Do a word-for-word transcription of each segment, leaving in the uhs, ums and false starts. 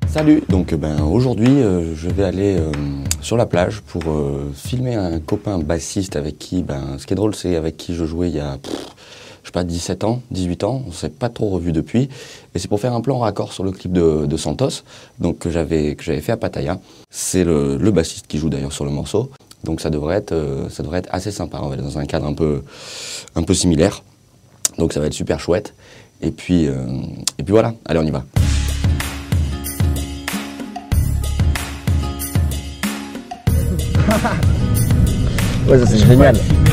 Salut. Donc ben, aujourd'hui euh, je vais aller euh, sur la plage pour euh, filmer un copain bassiste avec qui, ben, ce qui est drôle c'est avec qui je jouais il y a, pff, je sais pas, dix-sept ans, dix-huit ans, on s'est pas trop revu depuis. Et c'est pour faire un plan raccord sur le clip de, de Santos, donc que j'avais que j'avais fait à Pattaya. C'est le, le bassiste qui joue d'ailleurs sur le morceau, donc ça devrait être, euh, ça devrait être assez sympa. On va être dans un cadre un peu, un peu similaire, donc ça va être super chouette. Et puis, euh, et puis voilà, allez on y va. Ouais, ça c'est génial.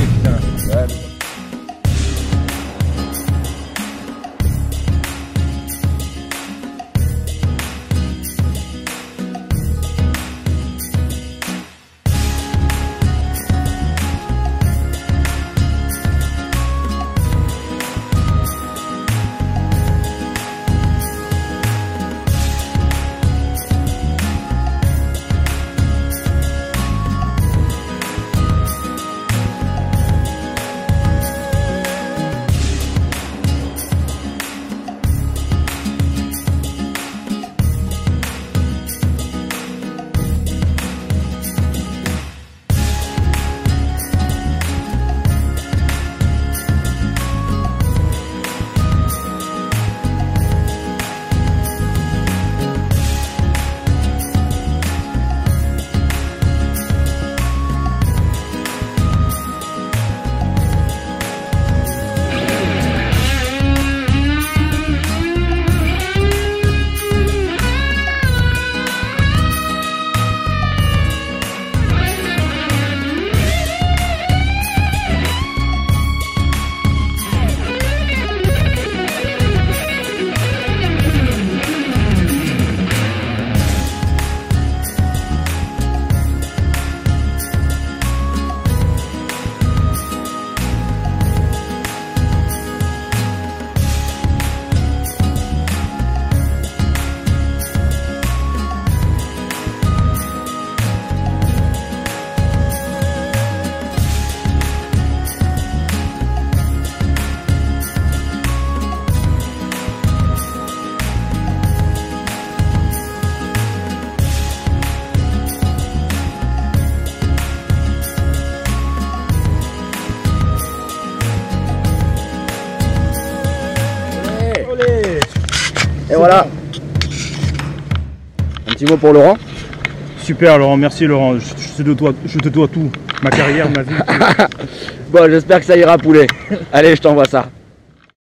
Et voilà. Un petit mot pour Laurent. Super Laurent, merci Laurent, je, je, te, dois, je te dois tout, ma carrière, ma vie. Bon, j'espère que ça ira poulet. Allez, je t'envoie ça.